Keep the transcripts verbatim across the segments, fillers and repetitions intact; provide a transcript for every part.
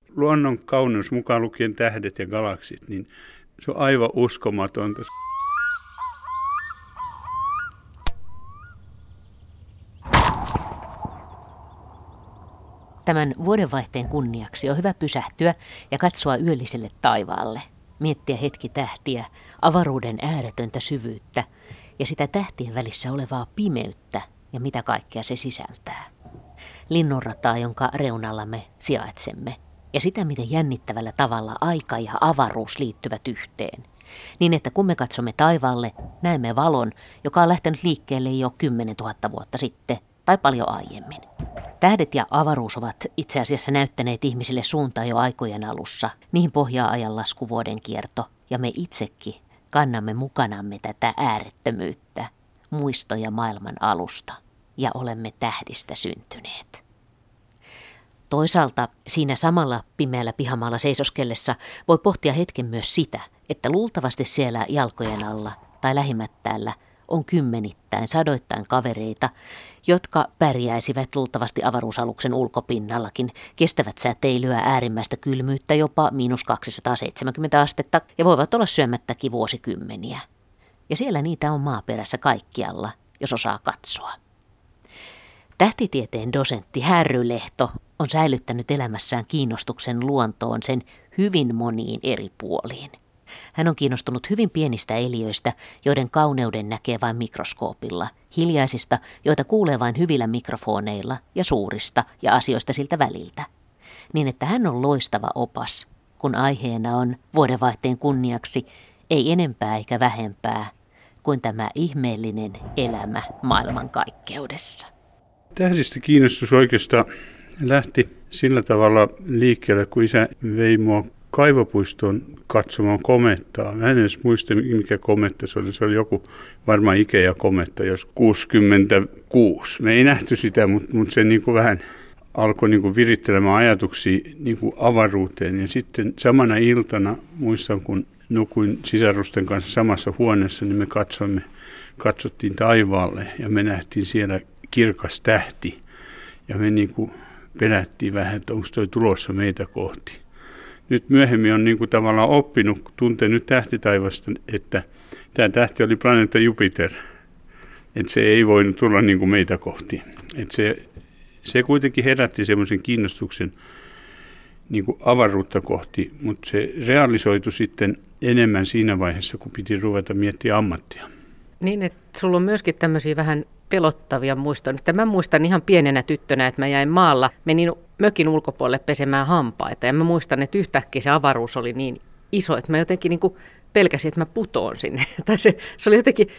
luonnon kauneus, mukaan lukien tähdet ja galaksit, niin se on aivan uskomatonta. Tämän vuodenvaihteen kunniaksi on hyvä pysähtyä ja katsoa yölliselle taivaalle, miettiä hetki tähtiä, avaruuden ääretöntä syvyyttä ja sitä tähtien välissä olevaa pimeyttä ja mitä kaikkea se sisältää. Linnunrataa, jonka reunalla me sijaitsemme, ja sitä, miten jännittävällä tavalla aika ja avaruus liittyvät yhteen. Niin, että kun me katsomme taivaalle, näemme valon, joka on lähtenyt liikkeelle jo kymmenen tuhatta vuotta sitten, tai paljon aiemmin. Tähdet ja avaruus ovat itse asiassa näyttäneet ihmisille suuntaa jo aikojen alussa. Niihin pohjaa ajanlaskuvuoden kierto, ja me itsekin kannamme mukanamme tätä äärettömyyttä, muistoja maailman alusta, ja olemme tähdistä syntyneet. Toisaalta siinä samalla pimeällä pihamaalla seisoskellessa voi pohtia hetken myös sitä, että luultavasti siellä jalkojen alla tai lähimättäällä on kymmenittäin, sadoittain kavereita, jotka pärjäisivät luultavasti avaruusaluksen ulkopinnallakin, kestävät säteilyä, äärimmäistä kylmyyttä, jopa miinus kaksisataaseitsemänkymmentä astetta, ja voivat olla syömättäkin vuosikymmeniä. Ja siellä niitä on maaperässä kaikkialla, jos osaa katsoa. Tähtitieteen dosentti Härry Lehto on säilyttänyt elämässään kiinnostuksen luontoon sen hyvin moniin eri puoliin. Hän on kiinnostunut hyvin pienistä eliöistä, joiden kauneuden näkee vain mikroskoopilla, hiljaisista, joita kuulee vain hyvillä mikrofoneilla, ja suurista ja asioista siltä väliltä. Niin että hän on loistava opas, kun aiheena on vuodenvaihteen kunniaksi ei enempää eikä vähempää kuin tämä ihmeellinen elämä maailmankaikkeudessa. Tähdistä kiinnostus oikeastaan lähti sillä tavalla liikkeelle, kun isä vei mua kaivopuistoon katsomaan komettaa. Mä en edes muista, mikä kometta se oli. Se oli joku varmaan Ikea-kometta, jos kuusikymmentäkuusi. Me ei nähty sitä, mutta, mutta se niin kuin vähän alkoi niin kuin virittelemään ajatuksia niin kuin avaruuteen. Ja sitten samana iltana, muistan kun nukuin sisarusten kanssa samassa huoneessa, niin me katsoimme, katsottiin taivaalle ja me nähtiin siellä kirkas tähti. Ja me niin kuin pelättiin vähän, että onko toi tulossa meitä kohti. Nyt myöhemmin on niin kuin tavallaan oppinut, tuntee nyt tähtitaivasta, että tämä tähti oli planeetta Jupiter. Että se ei voinut tulla niin kuin meitä kohti. Että se, se kuitenkin herätti semmoisen kiinnostuksen niin kuin avaruutta kohti, mutta se realisoitu sitten enemmän siinä vaiheessa, kun piti ruveta miettiä ammattia. Niin, että sulla on myöskin tämmöisiä vähän pelottavia muistoja. Mä muistan ihan pienenä tyttönä, että mä jäin maalla, menin mökin ulkopuolelle pesemään hampaita. Ja mä muistan, että yhtäkkiä se avaruus oli niin iso, että mä jotenkin niin kuin pelkäsin, että mä putoon sinne. Tai se, se oli jotenkin,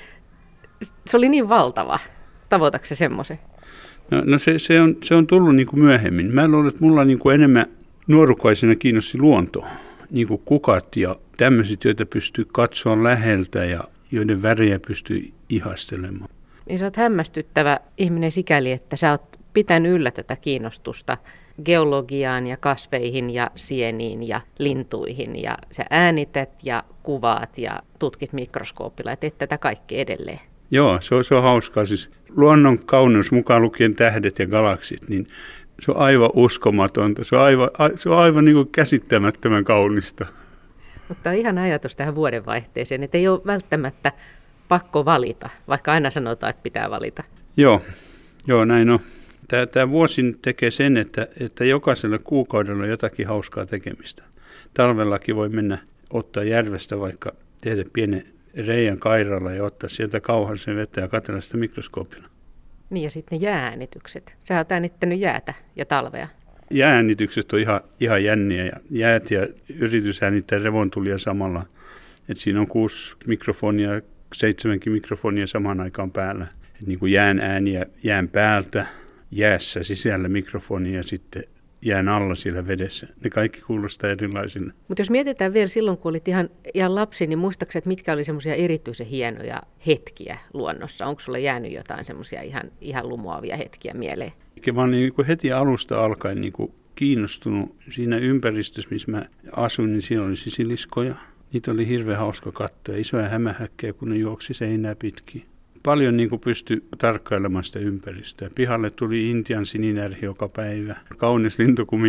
se oli niin valtava. Tavoitatko se semmoisen? No, no se, se, on, se on tullut niin kuin myöhemmin. Mä luulen, että mulla niin kuin enemmän nuorukaisena kiinnosti luonto. Niin kuin kukat ja tämmöiset, joita pystyy katsoa läheltä ja joiden värejä pystyy ihastelemaan. Niin sä oot hämmästyttävä ihminen sikäli, että sä oot pitänyt yllä tätä kiinnostusta geologiaan ja kasveihin ja sieniin ja lintuihin. Ja sä äänität ja kuvaat ja tutkit mikroskoopilla ja teet tätä kaikki edelleen. Joo, se on, se on hauskaa. Siis luonnon kauneus, mukaan lukien tähdet ja galaksit, niin se on aivan uskomatonta. Se on aivan, se on aivan niin kuin käsittämättömän kaunista. Mutta on ihan ajatus tähän vuodenvaihteeseen, että ei ole välttämättä pakko valita, vaikka aina sanotaan, että pitää valita. Joo, joo näin on. Tämä, tämä vuosi tekee sen, että, että jokaisella kuukaudella on jotakin hauskaa tekemistä. Talvellakin voi mennä ottaa järvestä vaikka tehdä pienen reijän kairalla ja ottaa sieltä kauhallisen vettä ja katsella sitä mikroskoopilla. Niin ja sitten ne jäääänitykset. Sä oot äänittänyt jäätä ja talvea. Jäääänitykset on ihan, ihan jänniä ja jäät ja yritys äänittää revontulia samalla. Et siinä on kuusi mikrofonia, seitsemänkin mikrofonia samaan aikaan päällä. Et niin kuin jään ääniä jään päältä, jäässä sisällä mikrofonia ja sitten jään alla siellä vedessä. Ne kaikki kuulostaa erilaisille. Mutta jos mietitään vielä silloin, kun olit ihan, ihan lapsi, niin muistaakseni, että mitkä oli semmoisia erityisen hienoja hetkiä luonnossa? Onko sulle jäänyt jotain semmoisia ihan, ihan lumoavia hetkiä mieleen? Mä olin niin kuin heti alusta alkaen niin kuin kiinnostunut siinä ympäristössä, missä mä asuin, niin siellä oli sisiliskoja. Niitä oli hirveän hauska katsoa, isoja hämähäkkejä, kun ne juoksi seinää pitkin. Paljon niin kuin pystyi tarkkailemaan sitä ympäristöä. Pihalle tuli Intian sininärhi joka päivä. Kaunis lintu kuin mikä.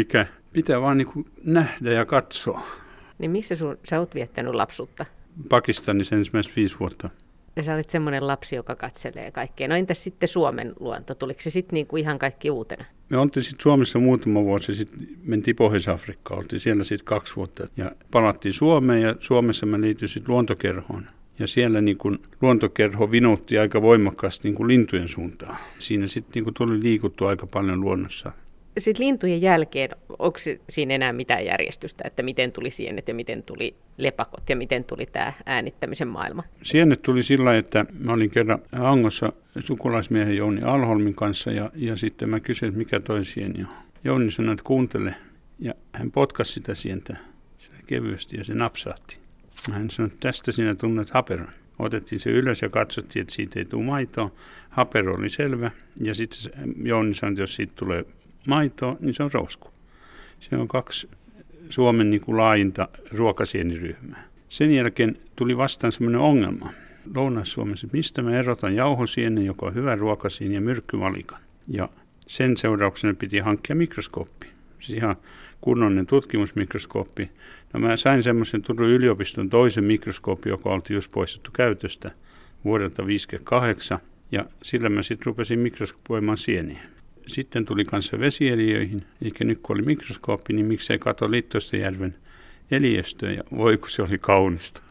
Pitää vaan niin kuin nähdä ja katsoa. Niin missä sun, sä oot viettänyt lapsuutta? Pakistanissa ensimmäiset viisi vuotta. Ja sä olit semmoinen lapsi, joka katselee kaikkea. No entäs sitten Suomen luonto? Tuliko se sitten niinku ihan kaikki uutena? Me oltiin sitten Suomessa muutama vuosi, sitten mentiin Pohjois-Afrikkaan, oltiin siellä sitten kaksi vuotta. Ja palattiin Suomeen ja Suomessa mä liityin sitten luontokerhoon. Ja siellä niin kun luontokerho vinoutti aika voimakkaasti niin kun lintujen suuntaan. Siinä sitten niin kun tuli liikuttua aika paljon luonnossa. Sitten lintujen jälkeen, onko siinä enää mitään järjestystä, että miten tuli sienet ja miten tuli lepakot ja miten tuli tämä äänittämisen maailma? Sienet tuli sillä lailla, että mä olin kerran Hangossa sukulaismiehen Jouni Alholmin kanssa ja, ja sitten mä kysyin, että mikä toi sieni on. Jouni sanoi, että kuuntele ja hän potkasi sitä sientä kevyesti ja se napsahti. Hän sanoi, että tästä sinä tunnet haperon. Otettiin se ylös ja katsottiin, että siitä ei tule maitoa. Hapero oli selvä ja sitten Jouni sanoi, että jos siitä tulee maitoa, niin se on rousku. Se on kaksi Suomen niin kuin laajinta ruokasieniryhmää. Sen jälkeen tuli vastaan semmoinen ongelma Lounais-Suomessa, mistä mä erotan jauhosienen, joka on hyvä ruokasieni, ja myrkkyvalikan. Ja sen seurauksena piti hankkia mikroskooppi. Siis ihan kunnollinen tutkimusmikroskooppi. No mä sain semmoisen Turun yliopiston toisen mikroskooppi, joka oltiin just poistettu käytöstä vuodelta viisikymmentäkahdeksan. Ja sillä mä sitten rupesin mikroskopoimaan sieniä. Sitten tuli kanssa vesieliöihin, eli nyt kun oli mikroskooppi, niin miksei kato Littoistenjärven eliöstöä, ja voi kun se oli kaunista.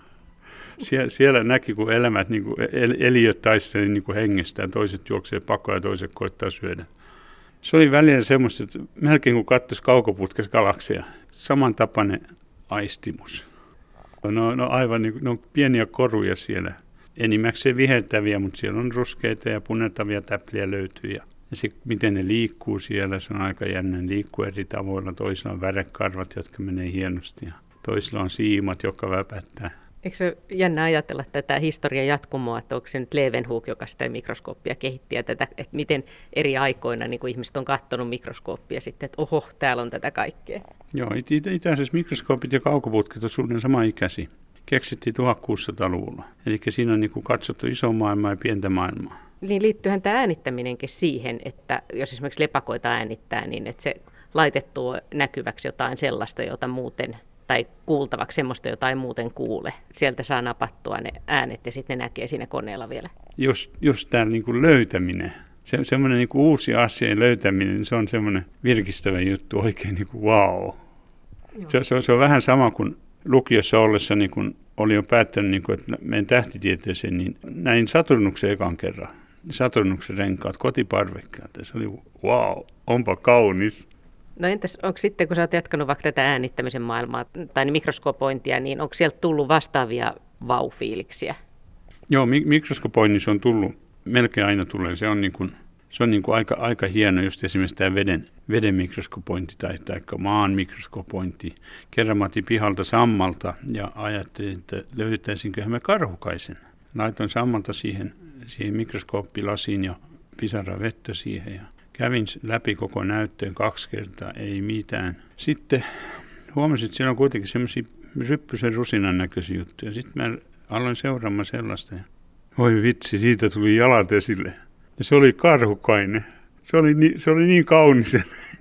Sie- siellä näki, kun elämät, niin kuin eliöt taisteli niin kuin hengestään, toiset juoksee pakoon ja toiset koittaa syödä. Se oli välillä semmoista, että melkein kun katsoisi kaukoputkessa galakseja, samantapainen aistimus. No, no aivan niin kuin, ne on pieniä koruja siellä, enimmäkseen vihertäviä, mutta siellä on ruskeita ja punetavia täpliä löytyy. Ja se, miten ne liikkuu siellä, se on aika jännä. Ne liikkuu eri tavoilla. Toisilla on värekarvat, jotka menee hienosti. Ja toisilla on siimat, jotka väpättää. Eikö se ole jännä ajatella tätä historian jatkumoa, että onko se nyt Leeuwenhoek, joka sitä mikroskooppia kehitti, ja tätä, että miten eri aikoina niin kuin ihmiset on katsonut mikroskooppia sitten, että oho, täällä on tätä kaikkea. Joo, it- it- itse asiassa mikroskoopit ja kaukoputket on suunnilleen sama ikäisiä. Keksittiin tuhatkuusisataaluvulla. Eli siinä on niin kuin katsottu iso maailmaa ja pientä maailmaa. Niin liittyyhän tämä äänittäminenkin siihen, että jos esimerkiksi lepakoita äänittää, niin että se laitettuu näkyväksi jotain sellaista, jota muuten, tai kuultavaksi semmoista, jota ei muuten kuule. Sieltä saa napattua ne äänet ja sitten ne näkee siinä koneella vielä. Just, just tämä niin kuin löytäminen, se, semmoinen niin kuin uusi asia löytäminen, niin se on semmoinen virkistävä juttu, oikein niin kuin wow. Se, se, on, se on vähän sama kuin lukiossa ollessa, niin kun oli jo päättänyt, niin kun, että menen tähtitieteeseen, niin näin Saturnuksen ekan kerran. Saturnuksen renkaat, kotiparvekkaat. Se oli wow, onpa kaunis. No entäs, onko sitten, kun sä oot jatkanut vaikka tätä äänittämisen maailmaa tai niin mikroskopointia, niin onko sieltä tullut vastaavia vau-fiiliksiä? Joo, mi- mikroskopoinnissa on tullut, melkein aina tulee. Se on, niin kuin, se on niin kuin aika, aika hieno, just esimerkiksi tämä veden, veden mikroskopointi tai, tai maan mikroskopointi. Kerran mä otin pihalta sammalta ja ajattelin, että löytäisinköhän mä karhukaisen. Laitoin sammalta siihen, siihen mikroskooppilasiin ja pisara vettä siihen ja kävin läpi koko näytteen kaksi kertaa, ei mitään. Sitten huomasin, että siinä on kuitenkin semmoisia ryppyisen rusinan näköisiä juttuja. Sitten mä aloin seuraamaan sellaista ja voi vitsi, siitä tuli jalat esille. Ja se oli karhukainen. Se oli, ni, se oli niin kaunis,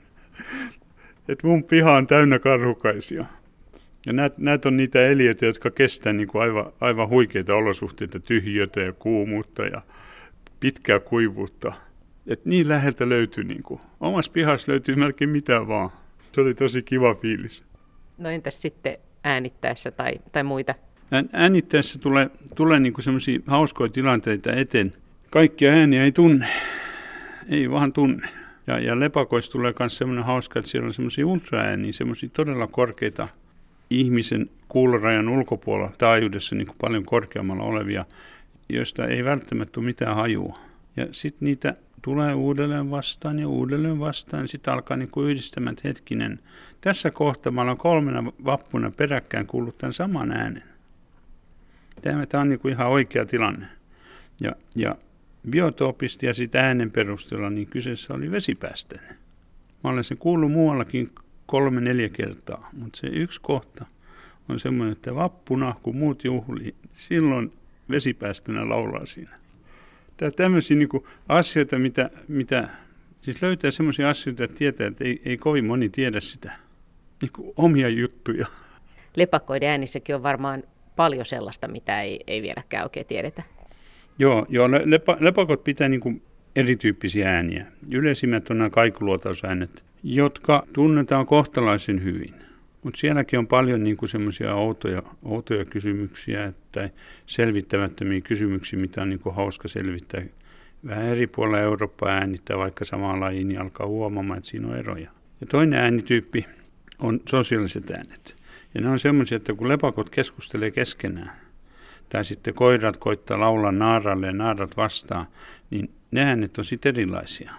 että mun piha on täynnä karhukaisia. Ja näitä on niitä eliöitä, jotka kestää niin kuin aivan, aivan huikeita olosuhteita, tyhjötä ja kuumuutta ja pitkää kuivuutta. Et niin läheltä löytyi, niin kuin, omassa pihassa löytyy melkein mitä vaan. Se oli tosi kiva fiilis. No entäs sitten äänittäessä tai, tai muita? Äänittäessä tulee, tulee niin kuin semmoisia hauskoja tilanteita eteen. Kaikkia ääniä ei tunne, ei vaan tunne. Ja, ja lepakoissa tulee myös semmoinen hauska, että siellä on semmoisia ultraääniä, semmoisia todella korkeita ihmisen kuulorajan ulkopuolella taajuudessa niin kuin paljon korkeammalla olevia, joista ei välttämättä ole mitään hajua. Ja sitten niitä tulee uudelleen vastaan ja uudelleen vastaan. Sitten alkaa niin kuin yhdistämään, että hetkinen. Tässä kohtaa mä olen kolmena vappuna peräkkäin kuullut tämän saman äänen. Tämä, tämä on niin kuin ihan oikea tilanne. Ja, ja biotoopisti ja sitä äänen perusteella, niin kyseessä oli vesipäästäinen. Mä olen sen kuullut muuallakin kolme, neljä kertaa, mutta se yksi kohta on semmoinen, että vappuna, kun muut juhlii, silloin vesipäästönä laulaa siinä. Tämä tämmöisiä niin kuin asioita, mitä, mitä, siis löytää semmoisia asioita, että tietää, että ei, ei kovin moni tiedä sitä. niin kuin omia juttuja. Lepakoiden äänissäkin on varmaan paljon sellaista, mitä ei, ei vieläkään oikein tiedetä. Joo, joo lepa, lepakot pitää niin kuin erityyppisiä ääniä. Yleisimmät on nämä kaikuluotausäänet, jotka tunnetaan kohtalaisen hyvin. Mutta sielläkin on paljon niin kuin semmoisia outoja, outoja kysymyksiä tai selvittämättömiä kysymyksiä, mitä on niin kuin hauska selvittää. Vähän eri puolilla Eurooppaa äänittää vaikka samaan lajiin, niin alkaa huomaamaan, että siinä on eroja. Ja toinen äänityyppi on sosiaaliset äänet. Ja ne on semmoisia, että kun lepakot keskustelee keskenään, tai sitten koirat koittaa laulaa naaralle ja naarat vastaan, niin ne äänet on sitten erilaisia.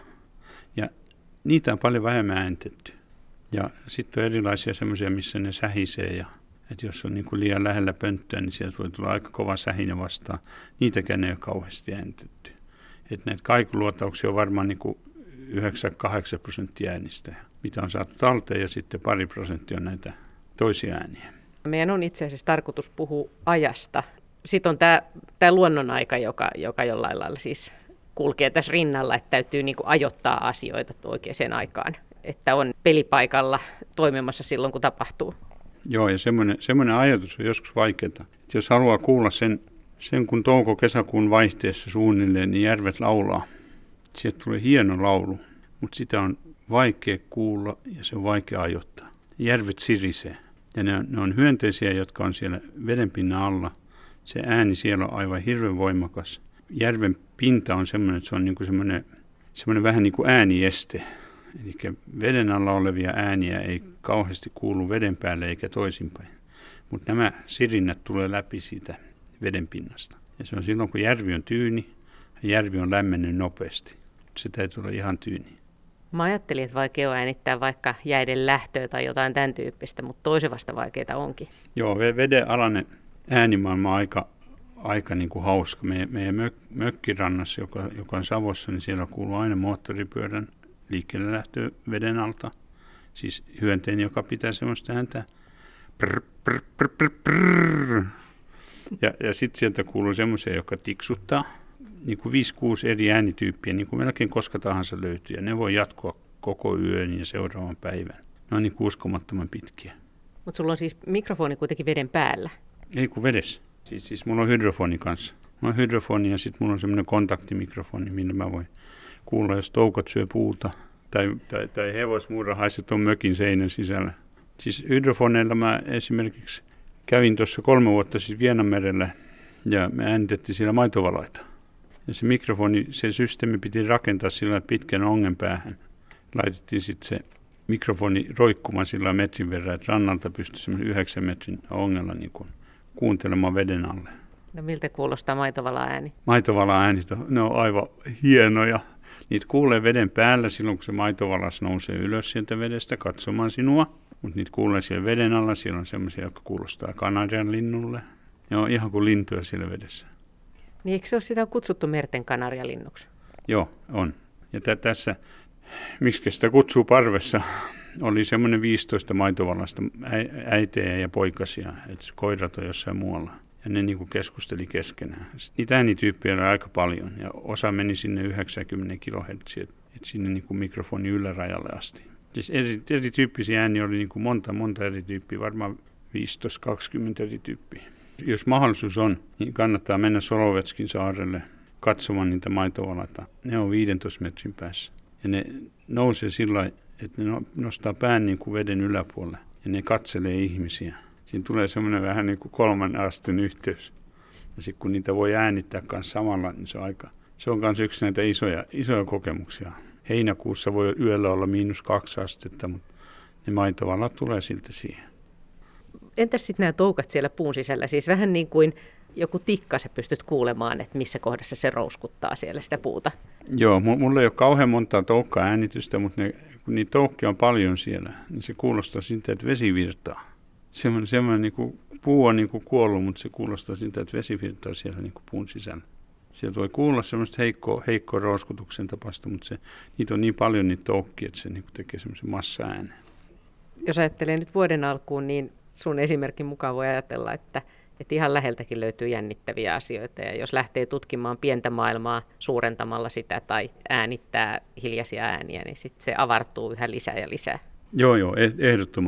Ja niitä on paljon vähemmän ääntetty. Ja sitten on erilaisia semmoisia, missä ne sähisee. Ja, että jos on niin kuin liian lähellä pönttöä, niin sieltä voi tulla aika kova sähinä vastaan. Niitäkään ei ole kauheasti ääntetty. Että näitä kaikuluotauksia on varmaan niin kuin yhdeksänkymmentäkahdeksan prosenttia äänistä, mitä on saatu talteen, ja sitten pari prosenttia on näitä toisia ääniä. Meidän on itse asiassa tarkoitus puhua ajasta. Sitten on tämä, tämä luonnonaika, joka, joka jollain lailla siis kulkee tässä rinnalla, että täytyy niin kuin ajoittaa asioita oikeaan aikaan. Että on pelipaikalla toimimassa silloin, kun tapahtuu. Joo, ja semmoinen, semmoinen ajatus on joskus vaikeaa. Että jos haluaa kuulla sen, sen kun touko-kesäkuun vaihteessa suunnilleen, niin järvet laulaa. Sieltä tulee hieno laulu, mutta sitä on vaikea kuulla ja se on vaikea ajoittaa. Järvet sirisee. Ja ne on, ne on hyönteisiä, jotka on siellä vedenpinnan alla. Se ääni siellä on aivan hirveän voimakas. Järven pinta on semmoinen, että se on niin kuin semmoinen, semmoinen vähän niin kuin äänieste. Eli veden alla olevia ääniä ei kauheasti kuulu veden päälle eikä toisinpäin. Mutta nämä sirinnät tulee läpi siitä vedenpinnasta. Ja se on silloin, kun järvi on tyyni ja järvi on lämmennyt nopeasti. Se täytyy olla ihan tyyni. Mä ajattelin, että vaikea on äänittää vaikka jäiden lähtöä tai jotain tämän tyyppistä, mutta toisen vasta vaikeita onkin. Joo, veden alainen äänimaailma on aika, aika niin kuin hauska. Meidän, meidän mök, mökkirannassa, joka, joka on Savossa, niin siellä kuuluu aina moottoripyörän liikkeelle lähtö veden alta. Siis hyönteinen, joka pitää semmoista ääntä. Prr, prr, prr, prr, prr. Ja, ja sitten sieltä kuuluu semmoisia, joka tiksuttaa. Niin kuin viisi kuusi eri äänityyppiä, niin kuin melkein koska tahansa löytyy. Ja ne voi jatkua koko yön ja seuraavan päivän. Ne on niin kuin uskomattoman pitkiä. Mutta sulla on siis mikrofoni kuitenkin veden päällä. Ei kun vedessä. Siis, siis mulla on hydrofoni kanssa. Mulla on hydrofoni ja sitten mulla on semmoinen kontaktimikrofoni, millä mä voin kuulla, jos toukot syö puuta. Tai, tai, tai hevosmuurahaiset tuon mökin seinän sisällä. Siis hydrofoneilla mä esimerkiksi kävin tuossa kolme vuotta siis Vienanmerellä ja me äänitettiin siellä maitovalaita. Ja se mikrofoni, se systeemi piti rakentaa sillä pitkän ongen päähän. Laitettiin sitten se mikrofoni roikkumaan sillä metrin verran, että rannalta pystyi semmoisen yhdeksän metrin ongella niin kuin kuuntelemaan veden alle. No miltä kuulostaa maitovala-ääni? Maitovala-äänit, ne on aivan hienoja. Niitä kuulee veden päällä silloin, kun se maitovalas nousee ylös sieltä vedestä katsomaan sinua. Mutta niitä kuulee siellä veden alla. Siellä on semmoisia, jotka kuulostaa kanarian linnulle. Ne on ihan kuin lintuja siellä vedessä. Niin eikö se ole sitä kutsuttu merten kanarialinnuksi? Joo, on. Ja t- tässä, miksi sitä kutsuu parvessa, oli semmoinen viisitoista maitovallasta äitejä ja poikasia, että koirat on jossain muualla. Ja ne niinku keskusteli keskenään. Sitten niitä äänityyppejä oli aika paljon ja osa meni sinne yhdeksänkymmentä kilohertsiä, että sinne niinku mikrofoni ylärajalle asti. Siis eri, erityyppisiä ääniä oli niinku monta, monta eri tyyppiä, varmaan viisitoista kaksikymmentä eri tyyppiä. Jos mahdollisuus on, niin kannattaa mennä Solovetskin saarelle katsomaan niitä maitovalaita. Ne on viidentoista metrin päässä. Ja ne nousee sillä lailla, että ne nostaa pään niin kuin veden yläpuolelle ja ne katselee ihmisiä. Siinä tulee semmoinen vähän niin kuin kolmannen asteen yhteys. Ja sitten kun niitä voi äänittää kanssa samalla, niin se on aika. Se on myös yksi näitä isoja, isoja kokemuksia. Heinäkuussa voi yöllä olla miinus kaksi astetta, mutta ne maitovalat tulee siltä siihen. Entäs sitten nämä toukat siellä puun sisällä? Siis vähän niin kuin joku tikka sä pystyt kuulemaan, että missä kohdassa se rouskuttaa siellä sitä puuta. Joo, mulla ei ole kauhean montaa toukka-äänitystä, mutta ne, kun niitä toukkia on paljon siellä, niin se kuulostaa siltä, että vesi virtaa. Semmoinen, semmoinen niin kuin, puu on niin kuin kuollut, mutta se kuulostaa siltä, että vesi virtaa siellä niin kuin puun sisällä. Sieltä voi kuulla semmoista heikkoa, heikkoa rouskutuksen tapasta, mutta se, niitä on niin paljon niitä toukkia, että se niin kuin tekee semmoisen massa-äänen. Jos ajattelee nyt vuoden alkuun, niin sun esimerkin mukaan voi ajatella, että, että ihan läheltäkin löytyy jännittäviä asioita. Ja jos lähtee tutkimaan pientä maailmaa suurentamalla sitä tai äänittää hiljaisia ääniä, niin sitten se avartuu yhä lisää ja lisää. Joo, joo, ehdottomasti.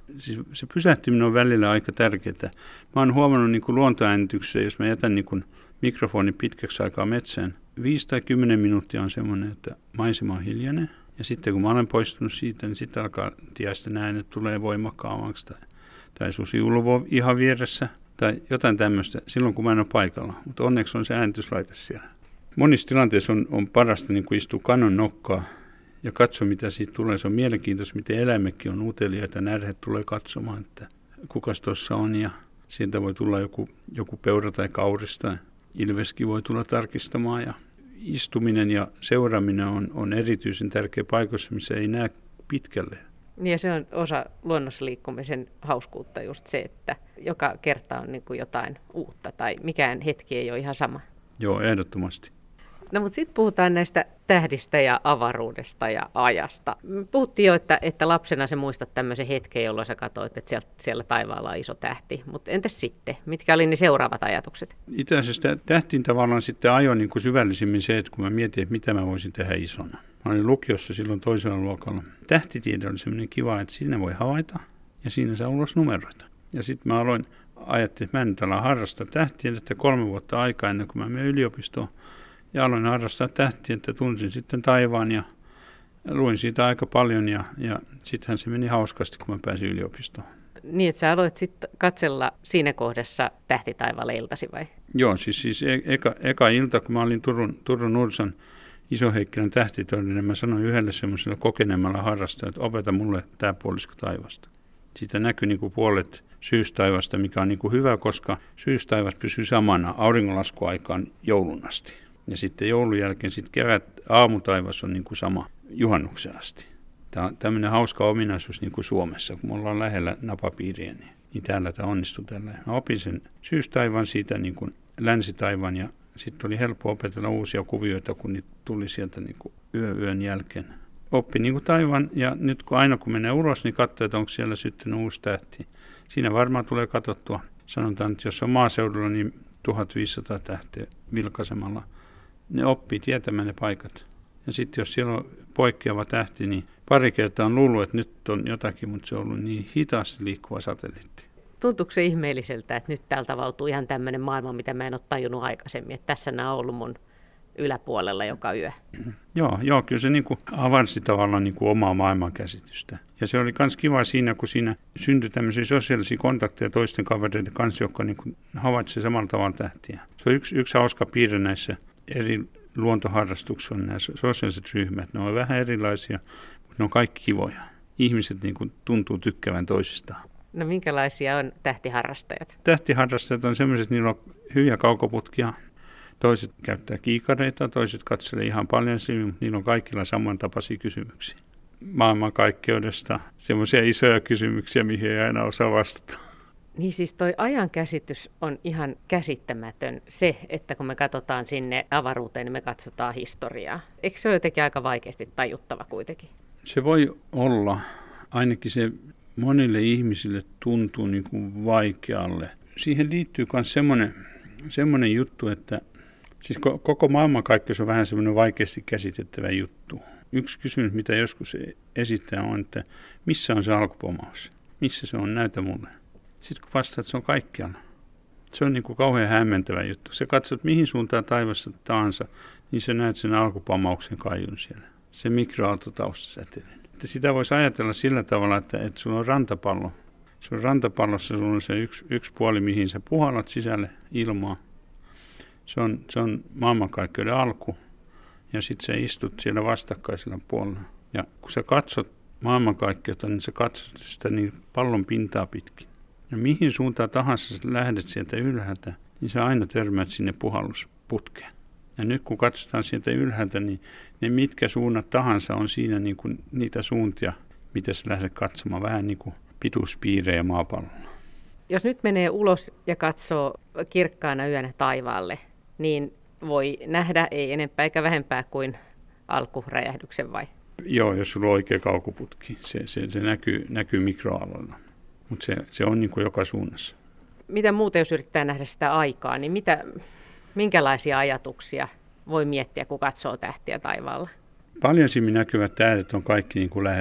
siis se pysähtyminen on välillä aika tärkeää. Mä oon huomannut niin kuin luontoäänityksessä, jos mä jätän niin kuin mikrofonin pitkäksi aikaa metsään, viisi tai kymmenen minuuttia on semmoinen, että maisema on hiljainen. Ja sitten kun mä olen poistunut siitä, niin sitten alkaa tiaisten äänet tulee voimakkaammaksi tai, tai susi ulvoo ihan vieressä tai jotain tämmöistä silloin, kun mä en ole paikalla. Mutta onneksi on se äänityslaite siellä. Monissa tilanteissa on, on parasta niin kuin istua kannon nokkaa ja katsoa, mitä siitä tulee. Se on mielenkiintoista, miten eläimetkin on uteliaita. Närhet tulee katsomaan, että kukas tuossa on ja sieltä voi tulla joku, joku peura tai kauris tai ilveskin voi tulla tarkistamaan. Ja istuminen ja seuraaminen on, on erityisen tärkeä paikassa, missä ei näe pitkälle. Ja se on osa luonnossa liikkumisen hauskuutta just se, että joka kerta on niin kuin jotain uutta tai mikään hetki ei ole ihan sama. Joo, ehdottomasti. No mutta sitten puhutaan näistä tähdistä ja avaruudesta ja ajasta. Puhuttiin jo, että, että lapsena sä muistat tämmöisen hetken, jolloin sä katsoit, että siellä, siellä taivaalla on iso tähti. Mutta entäs sitten? Mitkä oli ne seuraavat ajatukset? Itse asiassa tähtiin tavallaan sitten ajoin niin kuin syvällisimmin se, että kun mä mietin, että mitä mä voisin tehdä isona. Mä olin lukiossa silloin toisella luokalla. Tähtitiede oli semmoinen kiva, että siinä voi havaita ja siinä saa ulos numeroita. Ja sitten mä aloin ajattelin, että mä en nyt ala harrastaa tähtitiedettä kolme vuotta aikaa ennen kuin mä menen yliopistoon. Ja aloin harrastaa tähtitiedettä, tunsin sitten taivaan ja luin siitä aika paljon ja, ja sittenhän se meni hauskasti, kun mä pääsin yliopistoon. Niin, että sä aloit sitten katsella siinä kohdassa tähtitaivaalle iltasi vai? Joo, siis, siis e- eka, eka ilta, kun mä olin Turun, Turun Ursan Iso-Heikkilän tähtitoiminen, mä sanoin yhdelle semmoiselle kokeneemmalla harrastajalle, että opeta mulle tämä puolisko taivasta. Siitä näkyy niin kuin puolet syystaivasta, mikä on niin kuin hyvä, koska syystaivas pysyy samana auringonlaskuaikaan joulun asti. Ja sitten joulun jälkeen sitten kevät aamutaivas on niin kuin sama juhannuksen asti. Tämä on tämmöinen hauska ominaisuus niin kuin Suomessa, kun me ollaan lähellä napapiiriä, niin, niin täällä tämä onnistui tällä. Mä opin sen syystaivan siitä niin kuin länsitaivan ja sitten oli helppo opetella uusia kuvioita, kun niitä tuli sieltä niin kuin yö yön jälkeen. Oppi niin kuin taivaan ja nyt kun aina kun menee ulos, niin katsoo, että onko siellä syttynyt uusi tähti. Siinä varmaan tulee katsottua. Sanotaan, että jos on maaseudulla, niin tuhatviisisataa tähteä vilkaisemalla. Ne oppii tietämään ne paikat. Ja sitten jos siellä on poikkeava tähti, niin pari kertaa on luullut, että nyt on jotakin, mutta se on ollut niin hitaasti liikkuva satelliitti. Tuntuuko se ihmeelliseltä, että nyt täältä avautuu ihan tämmöinen maailma, mitä mä en ole tajunnut aikaisemmin, että tässä nämä on ollut mun yläpuolella joka yö? Joo, joo kyllä se niin kuin avarsi tavallaan niin kuin omaa maailmankäsitystä. Ja se oli myös kiva siinä, kun siinä syntyi tämmöisiä sosiaalisia kontakteja toisten kavereiden kanssa, jotka niin kuin havaitsi samalla tavalla tähtiä. Se on yksi, yksi hauska piirre näissä eri luontoharrastuksissa on nämä sosiaaliset ryhmät. Ne on vähän erilaisia, mutta ne on kaikki kivoja. Ihmiset niin kuin tuntuu tykkäävän toisistaan. No minkälaisia on tähtiharrastajat? Tähtiharrastajat on sellaiset, että niillä on hyviä kaukoputkia. Toiset käyttää kiikareita, toiset katselee ihan paljon silmiä, mutta niillä on kaikilla samantapaisia kysymyksiä. Maailmankaikkeudesta semmoisia isoja kysymyksiä, mihin ei aina osaa vastata. Niin siis toi ajankäsitys on ihan käsittämätön se, että kun me katsotaan sinne avaruuteen, niin me katsotaan historiaa. Eikö se ole jotenkin aika vaikeasti tajuttava kuitenkin? Se voi olla. Ainakin se monille ihmisille tuntuu niin kuin vaikealle. Siihen liittyy myös semmoinen, semmoinen juttu, että siis koko maailmankaikkeus on vähän semmoinen vaikeasti käsitettävä juttu. Yksi kysymys, mitä joskus esittää, on, että missä on se alkupomaus? Missä se on? Näytä mulle. Sitten kun vastaat, että se on kaikkialla. Se on niin kuin kauhean hämmentävä juttu. Sä katsot mihin suuntaan taivassa tahansa, niin sä näet sen alkupomauksen kaijun siellä. Se mikroaaltotaustasäteilyn. Sitä voisi ajatella sillä tavalla, että, että sulla on rantapallo. Sun rantapallossa sulla on se yksi, yksi puoli, mihin sä puhallat sisälle ilmaa. Se on, se on maailmankaikkeuden alku. Ja sitten sä istut siellä vastakkaisella puolella. Ja kun sä katsot maailmankaikkeutta, niin sä katsot sitä niin pallon pintaa pitkin. Ja mihin suuntaan tahansa sä lähdet sieltä ylhäältä, niin sä aina törmäät sinne puhallusputkeen. Ja nyt kun katsotaan sieltä ylhäältä, niin ne mitkä suunnat tahansa on siinä niin kuin niitä suuntia, mitä sä lähdet katsomaan. Vähän niin kuin pituuspiirejä maapallolla. Jos nyt menee ulos ja katsoo kirkkaana yönä taivaalle, niin voi nähdä ei enempää eikä vähempää kuin alkuräjähdyksen vai? Joo, jos sulla on oikea kaukoputki. Se, se, se näkyy, näkyy mikroaalloilla. Mutta se, se on niin kuin joka suunnassa. Mitä muuta, jos yrittää nähdä sitä aikaa, niin mitä, minkälaisia ajatuksia voi miettiä, kun katsoo tähtiä taivaalla? Paljon silmin näkyvät tähdet on kaikki niin kuin lähellä,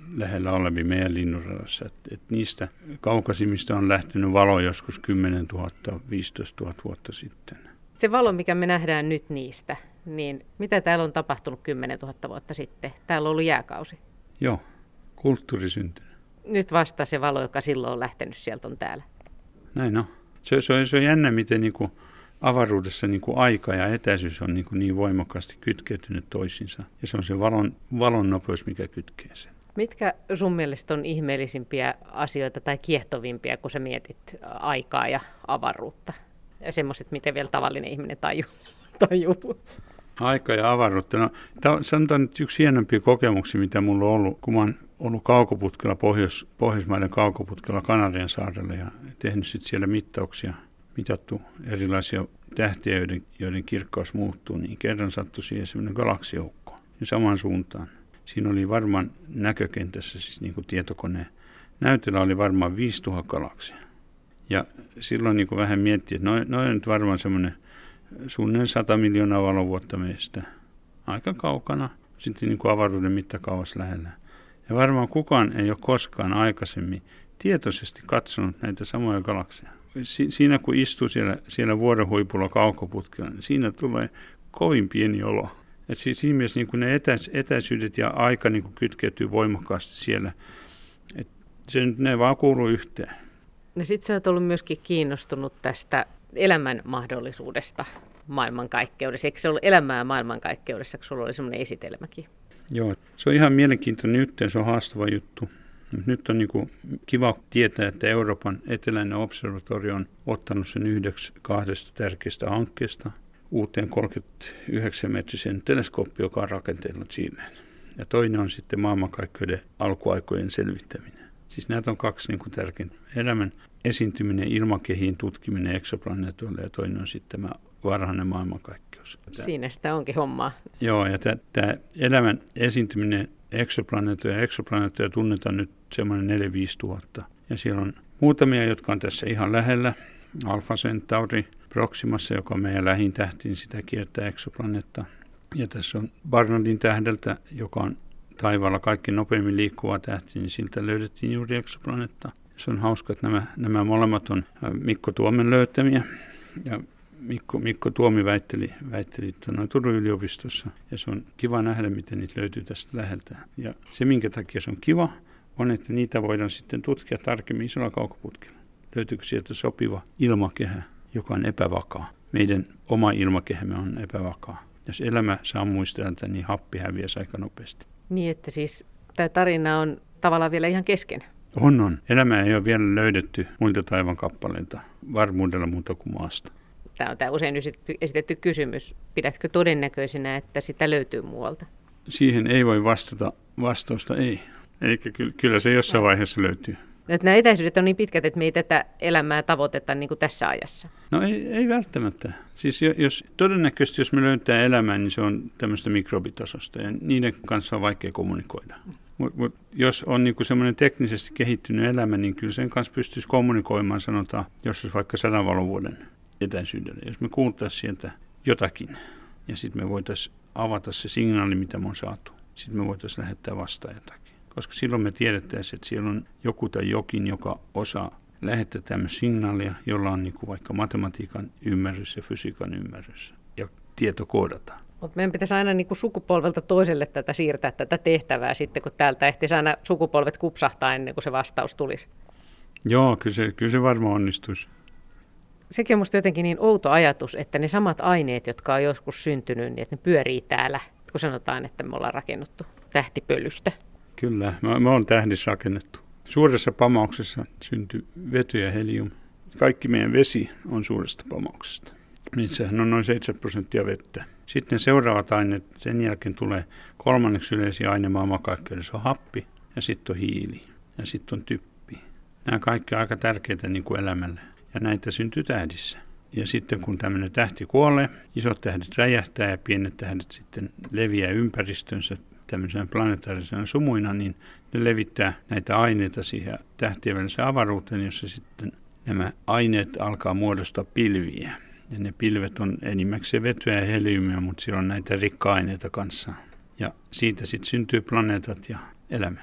lähellä olevia meidän linnunradassa. Et, et niistä kaukaisimmista on lähtenyt valo joskus kymmenen tuhatta viisitoista tuhatta vuotta sitten. Se valo, mikä me nähdään nyt niistä, niin mitä täällä on tapahtunut kymmenen tuhatta vuotta sitten? Täällä on ollut jääkausi. Joo, kulttuuri syntynyt. Nyt vasta se valo, joka silloin on lähtenyt, sieltä on täällä. Näin on. Se, se, on, se on jännä, miten niin kuin avaruudessa niin kuin aika ja etäisyys on niin, kuin niin voimakkaasti kytkeytynyt toisiinsa. Ja se on se valon, valon nopeus, mikä kytkee sen. Mitkä sun mielestä on ihmeellisimpiä asioita tai kiehtovimpia, kun sä mietit aikaa ja avaruutta? Ja semmoiset, miten vielä tavallinen ihminen tajuu. tajuu. Aika ja avaruutta. No, sanotaan nyt yksi hienompia kokemuksia, mitä mulla on ollut, kun mä oon ollut kaukoputkella, Pohjois, Pohjoismaiden kaukoputkella Kanarian saarella ja tehnyt sit siellä mittauksia, mitattu erilaisia tähtiä, joiden, joiden kirkkaus muuttuu, niin kerran sattui siihen semmoinen galaksijoukko ja samaan suuntaan. Siinä oli varmaan näkökentässä, siis niin kuin tietokoneen näytöllä oli varmaan viisituhatta galaksia. Ja silloin niin kuin vähän miettii, että noin noi on nyt varmaan semmoinen suunnilleen sata miljoonaa valovuotta meistä. Aika kaukana, sitten niin kuin avaruuden mittakaavassa lähellä. Ja varmaan kukaan ei ole koskaan aikaisemmin tietoisesti katsonut näitä samoja galakseja. Si- siinä kun istuu siellä, siellä vuoren huipulla kaukoputkella, niin siinä tulee kovin pieni olo. Et siis siinä mielessä niin kuin ne etäis- etäisyydet ja aika niin kuin kytkeytyy voimakkaasti siellä. Et se, ne vaan kuuluu yhteen. No sit sä oot ollut myöskin kiinnostunut tästä elämän mahdollisuudesta maailmankaikkeudessa. Eikö se ollut elämää maailmankaikkeudessa, kun sulla oli semmoinen esitelmäkin? Joo, se on ihan mielenkiintoinen yhteen, se on haastava juttu. Nyt on niin kuin kiva tietää, että Euroopan eteläinen observatorio on ottanut sen yhdeksi kahdesta tärkeästä hankkeesta uuteen kolmekymmentäyhdeksän metrisen teleskooppi, joka on rakenteella Chileen. Ja toinen on sitten maailmankaikkeuden alkuaikojen selvittäminen. Siis näitä on kaksi niin kuin tärkeintä. Elämän esiintyminen, ilmakehien tutkiminen eksoplaneetoille ja toinen on sitten tämä varhainen maailmankaikkeus. Siinä sitä onkin hommaa. Joo, ja tämä elämän esiintyminen eksoplaneetoja ja eksoplaneetoja tunnetaan nyt semmoinen neljä viisi tuhatta. Ja siellä on muutamia, jotka on tässä ihan lähellä. Alpha Centauri Proximassa, joka on meidän lähin tähti, niin sitä kiertää eksoplaneetta. Ja tässä on Barnardin tähdeltä, joka on taivaalla kaikki nopeimmin liikkuva tähti, niin siltä löydettiin juuri eksoplaneetta. Se on hauska, että nämä, nämä molemmat on Mikko Tuomen löytämiä. Ja Mikko, Mikko Tuomi väitteli, väitteli noin Turun yliopistossa. Ja se on kiva nähdä, miten niitä löytyy tästä läheltä. Ja se, minkä takia se on kiva, on, että niitä voidaan sitten tutkia tarkemmin isolla kaukoputkella. Löytyykö sieltä sopiva ilmakehä, joka on epävakaa. Meidän oma ilmakehämme on epävakaa. Jos elämä saa muistelta, niin happi häviäisi aika nopeasti. Niin, että siis tämä tarina on tavallaan vielä ihan kesken. On, on. Elämää ei ole vielä löydetty muilta taivaan kappaleilta varmuudella muuta kuin maasta. Tämä on tämä usein esitetty, esitetty kysymys. Pidätkö todennäköisenä, että sitä löytyy muualta? Siihen ei voi vastata. Vastausta ei. Eli kyllä se jossain vaiheessa löytyy. No, että nämä etäisyydet on niin pitkät, että me ei tätä elämää tavoiteta niin kuin tässä ajassa. No ei, ei välttämättä. Siis jos, todennäköisesti jos me löytää elämää, niin se on tämmöistä mikrobitasosta ja niiden kanssa on vaikea kommunikoida. Mutta mut, jos on niinku semmoinen teknisesti kehittynyt elämä, niin kyllä sen kanssa pystyisi kommunikoimaan, sanotaan, jos olisi vaikka sadan valovuoden etäisyydellä. Jos me kuultaisiin sieltä jotakin ja sitten me voitaisiin avata se signaali, mitä me on saatu. Sitten me voitaisiin lähettää vastaan jotakin. Koska silloin me tiedettäisiin, että siellä on joku tai jokin, joka osaa lähettää tämmöistä signaalia, jolla on niinku vaikka matematiikan ymmärrys ja fysiikan ymmärrys ja tieto koodataan. Mutta meidän pitäisi aina niin kuin sukupolvelta toiselle tätä siirtää tätä tehtävää sitten, kun täältä ehtisi aina sukupolvet kupsahtaa ennen kuin se vastaus tulisi. Joo, kyllä se, kyllä se varmaan onnistuisi. Sekin on musta jotenkin niin outo ajatus, että ne samat aineet, jotka on joskus syntynyt, niin että ne pyörii täällä, kun sanotaan, että me ollaan rakennuttu tähtipölystä. Kyllä, me, me on tähdissä rakennettu. Suuressa pamauksessa syntyy vety ja helium. Kaikki meidän vesi on suuresta pamauksesta. Sehän on noin seitsemän prosenttia vettä. Sitten ne seuraavat aineet, sen jälkeen tulee kolmanneksi yleisiä aine maailmankaikkeudessa on happi ja sitten on hiili ja sitten on typpi. Nämä kaikki on aika tärkeitä niin kuin elämälle ja näitä syntyy tähdissä. Ja sitten kun tämmöinen tähti kuolee, isot tähdet räjähtää ja pienet tähdet sitten leviää ympäristönsä tämmöisenä planetaarisena sumuina, niin ne levittää näitä aineita siihen tähtien väliseen avaruuteen, jossa sitten nämä aineet alkaa muodostaa pilviä. Ja ne pilvet on enimmäkseen vetyä ja heliumia, mutta siellä on näitä rikka-aineita kanssa. Ja siitä sitten syntyy planeetat ja elämä.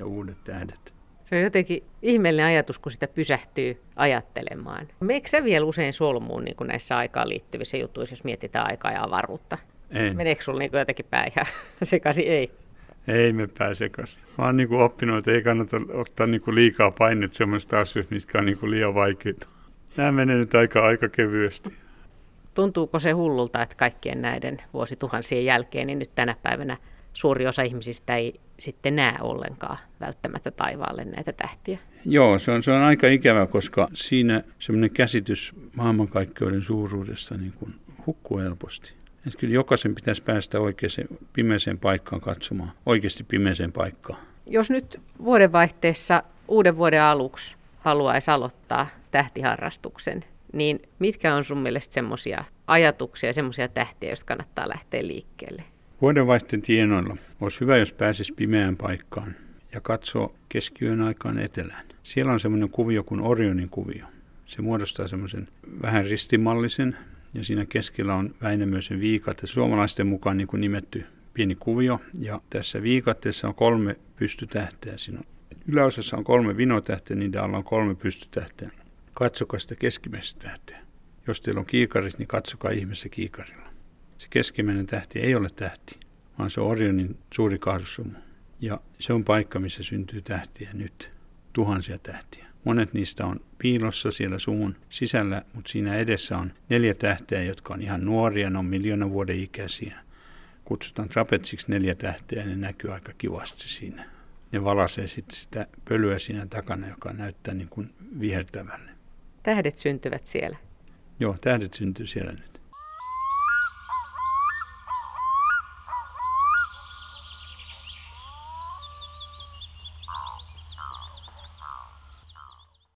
ja uudet tähdet. Se on jotenkin ihmeellinen ajatus, kun sitä pysähtyy ajattelemaan. Meneekö sä vielä usein solmuun niin kuin näissä aikaan liittyvissä jutuissa, jos mietitään aikaa ja avaruutta? Ei. Meneekö sulla niin jotenkin pää ihan sekaisin? Ei. Ei me pää sekaisin. Mä oon niin oppinut, että ei kannata ottaa niin liikaa painetta sellaisista asioista, mitkä on niin liian vaikeita. Nämä menee nyt aika, aika kevyesti. Tuntuuko se hullulta, että kaikkien näiden vuosituhansien jälkeen, niin nyt tänä päivänä suuri osa ihmisistä ei sitten näe ollenkaan välttämättä taivaalle näitä tähtiä? Joo, se on, se on aika ikävä, koska siinä semmoinen käsitys maailmankaikkeuden suuruudesta niin kuin hukkuu helposti. Että kyllä jokaisen pitäisi päästä oikeaan pimeäseen paikkaan katsomaan, oikeasti pimeäseen paikkaan. Jos nyt vuodenvaihteessa uuden vuoden aluksi haluaisi aloittaa tähtiharrastuksen, niin mitkä on sun mielestä semmoisia ajatuksia, semmoisia tähtiä, joista kannattaa lähteä liikkeelle? Vuodenvaihteen tienoilla olisi hyvä, jos pääsisi pimeään paikkaan ja katsoo keskiyön aikaan etelään. Siellä on semmoinen kuvio kuin Orionin kuvio. Se muodostaa semmoisen vähän ristimallisen ja siinä keskellä on Väinämöisen viikate. Suomalaisten mukaan niin kuin nimetty pieni kuvio ja tässä viikatteessa on kolme pystytähteä. Siinä on, yläosassa on kolme vinotähteä, niiden alla on kolme pystytähteä. Katsokaa sitä keskimmäistä tähteä. Jos teillä on kiikarit, niin katsokaa ihmeessä kiikarilla. Se keskimmäinen tähti ei ole tähti, vaan se on Orionin suuri kahdussumu. Ja se on paikka, missä syntyy tähtiä nyt, tuhansia tähtiä. Monet niistä on piilossa siellä sumun sisällä, mutta siinä edessä on neljä tähteä, jotka on ihan nuoria, ne on miljoonan vuoden ikäisiä. Kutsutaan trapetsiksi neljä tähteä ja ne näkyy aika kivasti siinä. Ne valaisee sitten sitä pölyä siinä takana, joka näyttää niin kuin vihertävälle. Tähdet syntyvät siellä. Joo, tähdet syntyy siellä nyt.